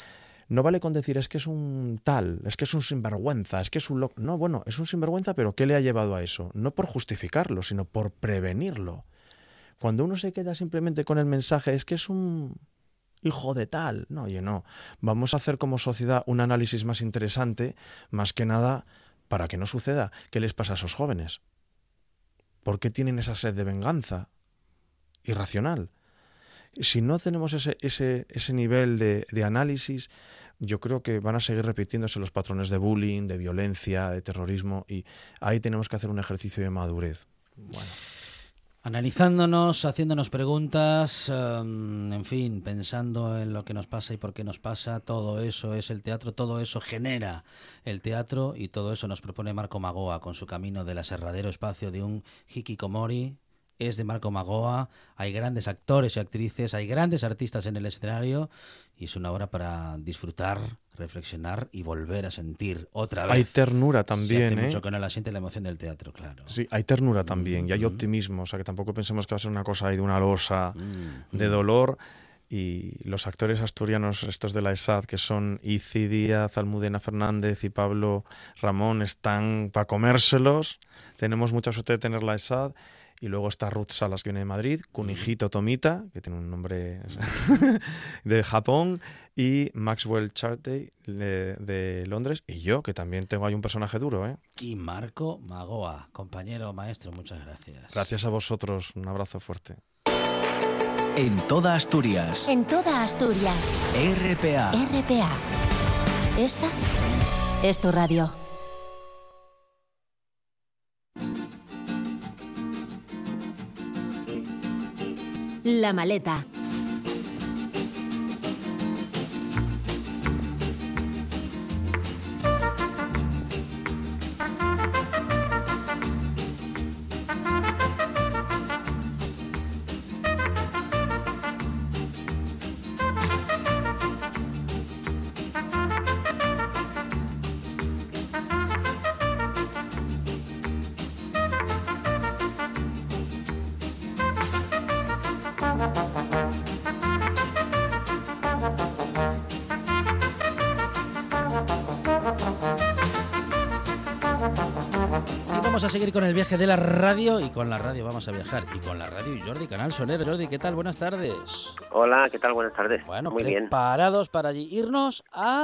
No vale con decir es que es un tal, es que es un sinvergüenza, es que es un loco. No, bueno, es un sinvergüenza, pero ¿qué le ha llevado a eso? No por justificarlo, sino por prevenirlo. Cuando uno se queda simplemente con el mensaje es que es un hijo de tal. No, oye, no. Vamos a hacer como sociedad un análisis más interesante, más que nada para que no suceda. ¿Qué les pasa a esos jóvenes? ¿Por qué tienen esa sed de venganza irracional? Si no tenemos ese, ese, ese nivel de, de análisis, yo creo que van a seguir repitiéndose los patrones de bullying, de violencia, de terrorismo, y ahí tenemos que hacer un ejercicio de madurez. Bueno. Analizándonos, haciéndonos preguntas, um, en fin, pensando en lo que nos pasa y por qué nos pasa, todo eso es el teatro, todo eso genera el teatro y todo eso nos propone Marco Magoa con su Camino del aserradero espacio de un hikikomori. Es de Marco Magoa, hay grandes actores y actrices, hay grandes artistas en el escenario y es una obra para disfrutar, reflexionar y volver a sentir otra vez. Hay ternura también, Se hace ¿eh? mucho que no la siente la emoción del teatro, claro. Sí, hay ternura también, Mm, y hay mm. optimismo, o sea que tampoco pensemos que va a ser una cosa ahí de una losa Mm, de mm. dolor. Y los actores asturianos, estos de la ESAD, que son Ici Díaz, Almudena Fernández y Pablo Ramón, están para comérselos. Tenemos mucha suerte de tener la ESAD. Y luego está Ruth Salas, que viene de Madrid, Kunihito Tomita, que tiene un nombre de Japón, y Maxwell Chartey de, de Londres, y yo, que también tengo ahí un personaje duro, ¿eh? Y Marco Magoa, compañero maestro, muchas gracias. Gracias a vosotros, un abrazo fuerte. En toda Asturias. En toda Asturias. R P A. R P A. Esta es tu radio. La maleta. Vamos a seguir con el viaje de la radio y con la radio vamos a viajar y con la radio y Jordi Canal Soler. Jordi, ¿qué tal? Buenas tardes. Hola, ¿qué tal? Buenas tardes. Bueno, muy bien. preparados para allí irnos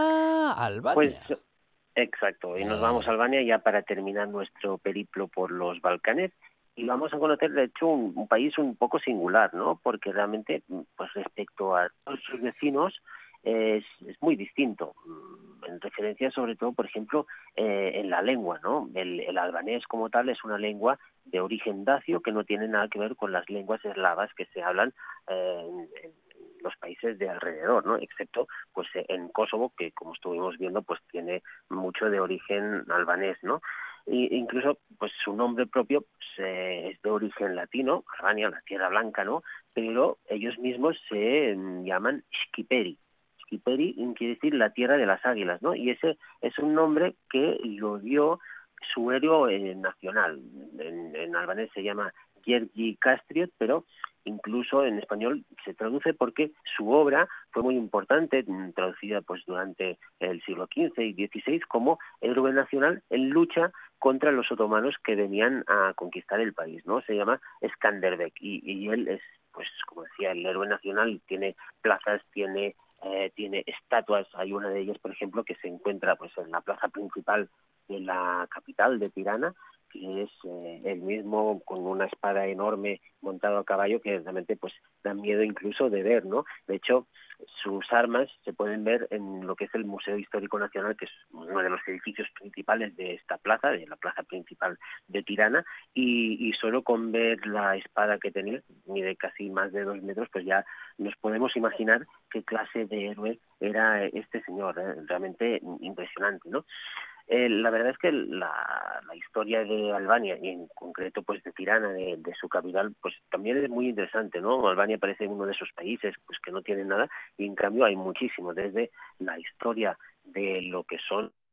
a Albania. Pues exacto, hoy nos Ah. vamos a Albania ya para terminar nuestro periplo por los Balcanes y vamos a conocer de hecho un, un país un poco singular, ¿no? Porque realmente, pues respecto a todos sus vecinos, es, es muy distinto, en referencia sobre todo, por ejemplo, eh, en la lengua, ¿no? El, el albanés como tal es una lengua de origen dacio que no tiene nada que ver con las lenguas eslavas que se hablan eh, en, en los países de alrededor, ¿no? Excepto pues en Kosovo, que como estuvimos viendo, pues tiene mucho de origen albanés, ¿no? E incluso pues su nombre propio pues, eh, es de origen latino, Albania, la Tierra Blanca, ¿no? Pero ellos mismos se eh, llaman Shqiperi. Shqiperi quiere decir la tierra de las águilas, ¿no? Y ese es un nombre que lo dio su héroe eh, nacional. En, en albanés se llama Gjergj Kastriot, pero incluso en español se traduce porque su obra fue muy importante, traducida pues durante el siglo quince y dieciséis como héroe nacional en lucha contra los otomanos que venían a conquistar el país, ¿no? Se llama Skanderbeg y, y él es, pues como decía, el héroe nacional, tiene plazas, tiene Eh, tiene estatuas. Hay una de ellas, por ejemplo, que se encuentra pues en la plaza principal de la capital de Tirana, que es eh, el mismo con una espada enorme montado a caballo que realmente pues da miedo incluso de ver, ¿no? De hecho, sus armas se pueden ver en lo que es el Museo Histórico Nacional, que es uno de los edificios principales de esta plaza, de la plaza principal de Tirana, y, y solo con ver la espada que tenía, mide casi más de dos metros, pues ya nos podemos imaginar qué clase de héroe era este señor, ¿eh? Realmente impresionante, ¿no? Eh, la verdad es que la, la historia de Albania y en concreto pues de Tirana, de, de su capital, pues también es muy interesante, ¿no? Albania parece uno de esos países pues que no tienen nada y en cambio hay muchísimo, desde la historia de lo que son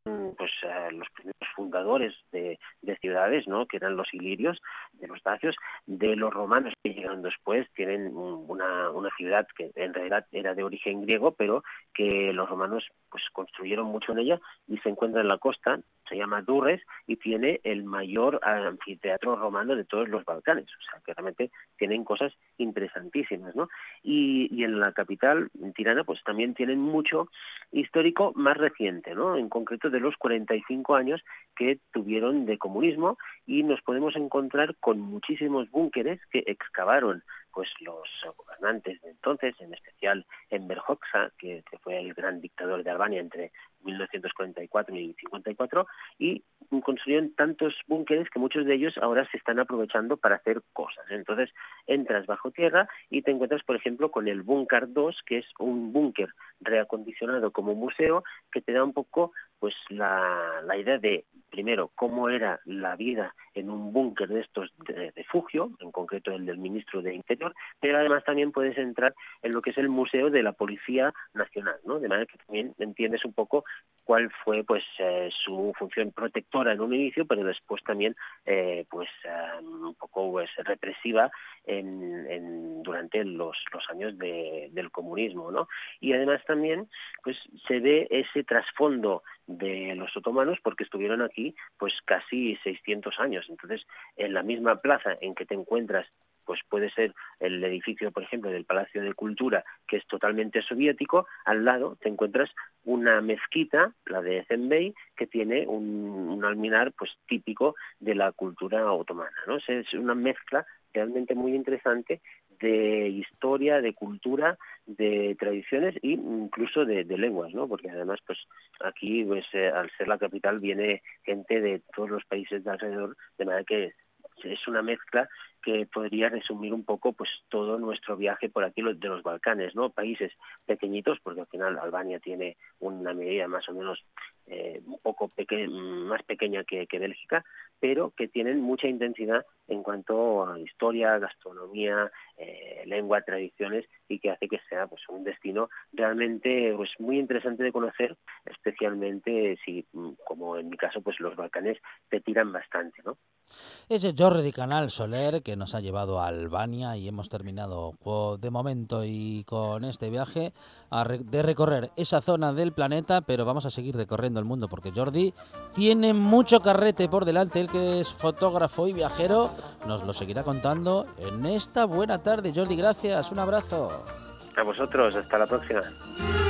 pues uh, los primeros fundadores de, de ciudades, ¿no? Que eran los ilirios, de los dacios, de los romanos que llegaron después. Tienen una, una ciudad que en realidad era de origen griego, pero que los romanos pues construyeron mucho en ella y se encuentra en la costa. Se llama Durres y tiene el mayor anfiteatro romano de todos los Balcanes. O sea, que realmente tienen cosas interesantísimas, ¿no? Y, y en la capital, en Tirana, pues también tienen mucho histórico más reciente, ¿no? En concreto de los cuarenta y cinco años que tuvieron de comunismo, y nos podemos encontrar con muchísimos búnkeres que excavaron pues los gobernantes de entonces, en especial Enver Hoxha, que, que fue el gran dictador de Albania entre mil novecientos cuarenta y cuatro y cincuenta y cuatro, y construyeron tantos búnkeres que muchos de ellos ahora se están aprovechando para hacer cosas. Entonces entras bajo tierra y te encuentras, por ejemplo, con el Búnker dos, que es un búnker reacondicionado como museo, que te da un poco pues la, la idea de, primero, cómo era la vida en un búnker de estos de refugio, en concreto el del ministro de Interior, pero además también puedes entrar en lo que es el Museo de la Policía Nacional, ¿no? De manera que también entiendes un poco cuál fue pues eh, su función protectora en un inicio, pero después también eh, pues eh, un poco pues represiva en, en durante los, los años de, del comunismo, ¿no? Y además también pues se ve ese trasfondo de los otomanos, porque estuvieron aquí pues casi seiscientos años. Entonces, en la misma plaza en que te encuentras, pues puede ser el edificio, por ejemplo, del Palacio de Cultura, que es totalmente soviético, al lado te encuentras una mezquita, la de Ezenbey, que tiene un, un alminar pues típico de la cultura otomana, ¿no? Es una mezcla realmente muy interesante de historia, de cultura, de tradiciones e incluso de, de lenguas, ¿no? Porque además, pues aquí, pues eh, al ser la capital, viene gente de todos los países de alrededor, de manera que es una mezcla que podría resumir un poco pues todo nuestro viaje por aquí de los Balcanes, ¿no? Países pequeñitos, porque al final Albania tiene una medida más o menos eh, un poco peque- más pequeña que, que Bélgica, pero que tienen mucha intensidad en cuanto a historia, gastronomía, eh, lengua, tradiciones, y que hace que sea pues un destino realmente pues muy interesante de conocer, especialmente si, como en mi caso, pues los Balcanes te tiran bastante, ¿no? Ese Jordi Canal Soler que nos ha llevado a Albania, y hemos terminado de momento y con este viaje a re- de recorrer esa zona del planeta, pero vamos a seguir recorriendo el mundo porque Jordi tiene mucho carrete por delante. Él, que es fotógrafo y viajero, nos lo seguirá contando en esta buena tarde. Jordi, gracias, un abrazo. A vosotros, hasta la próxima.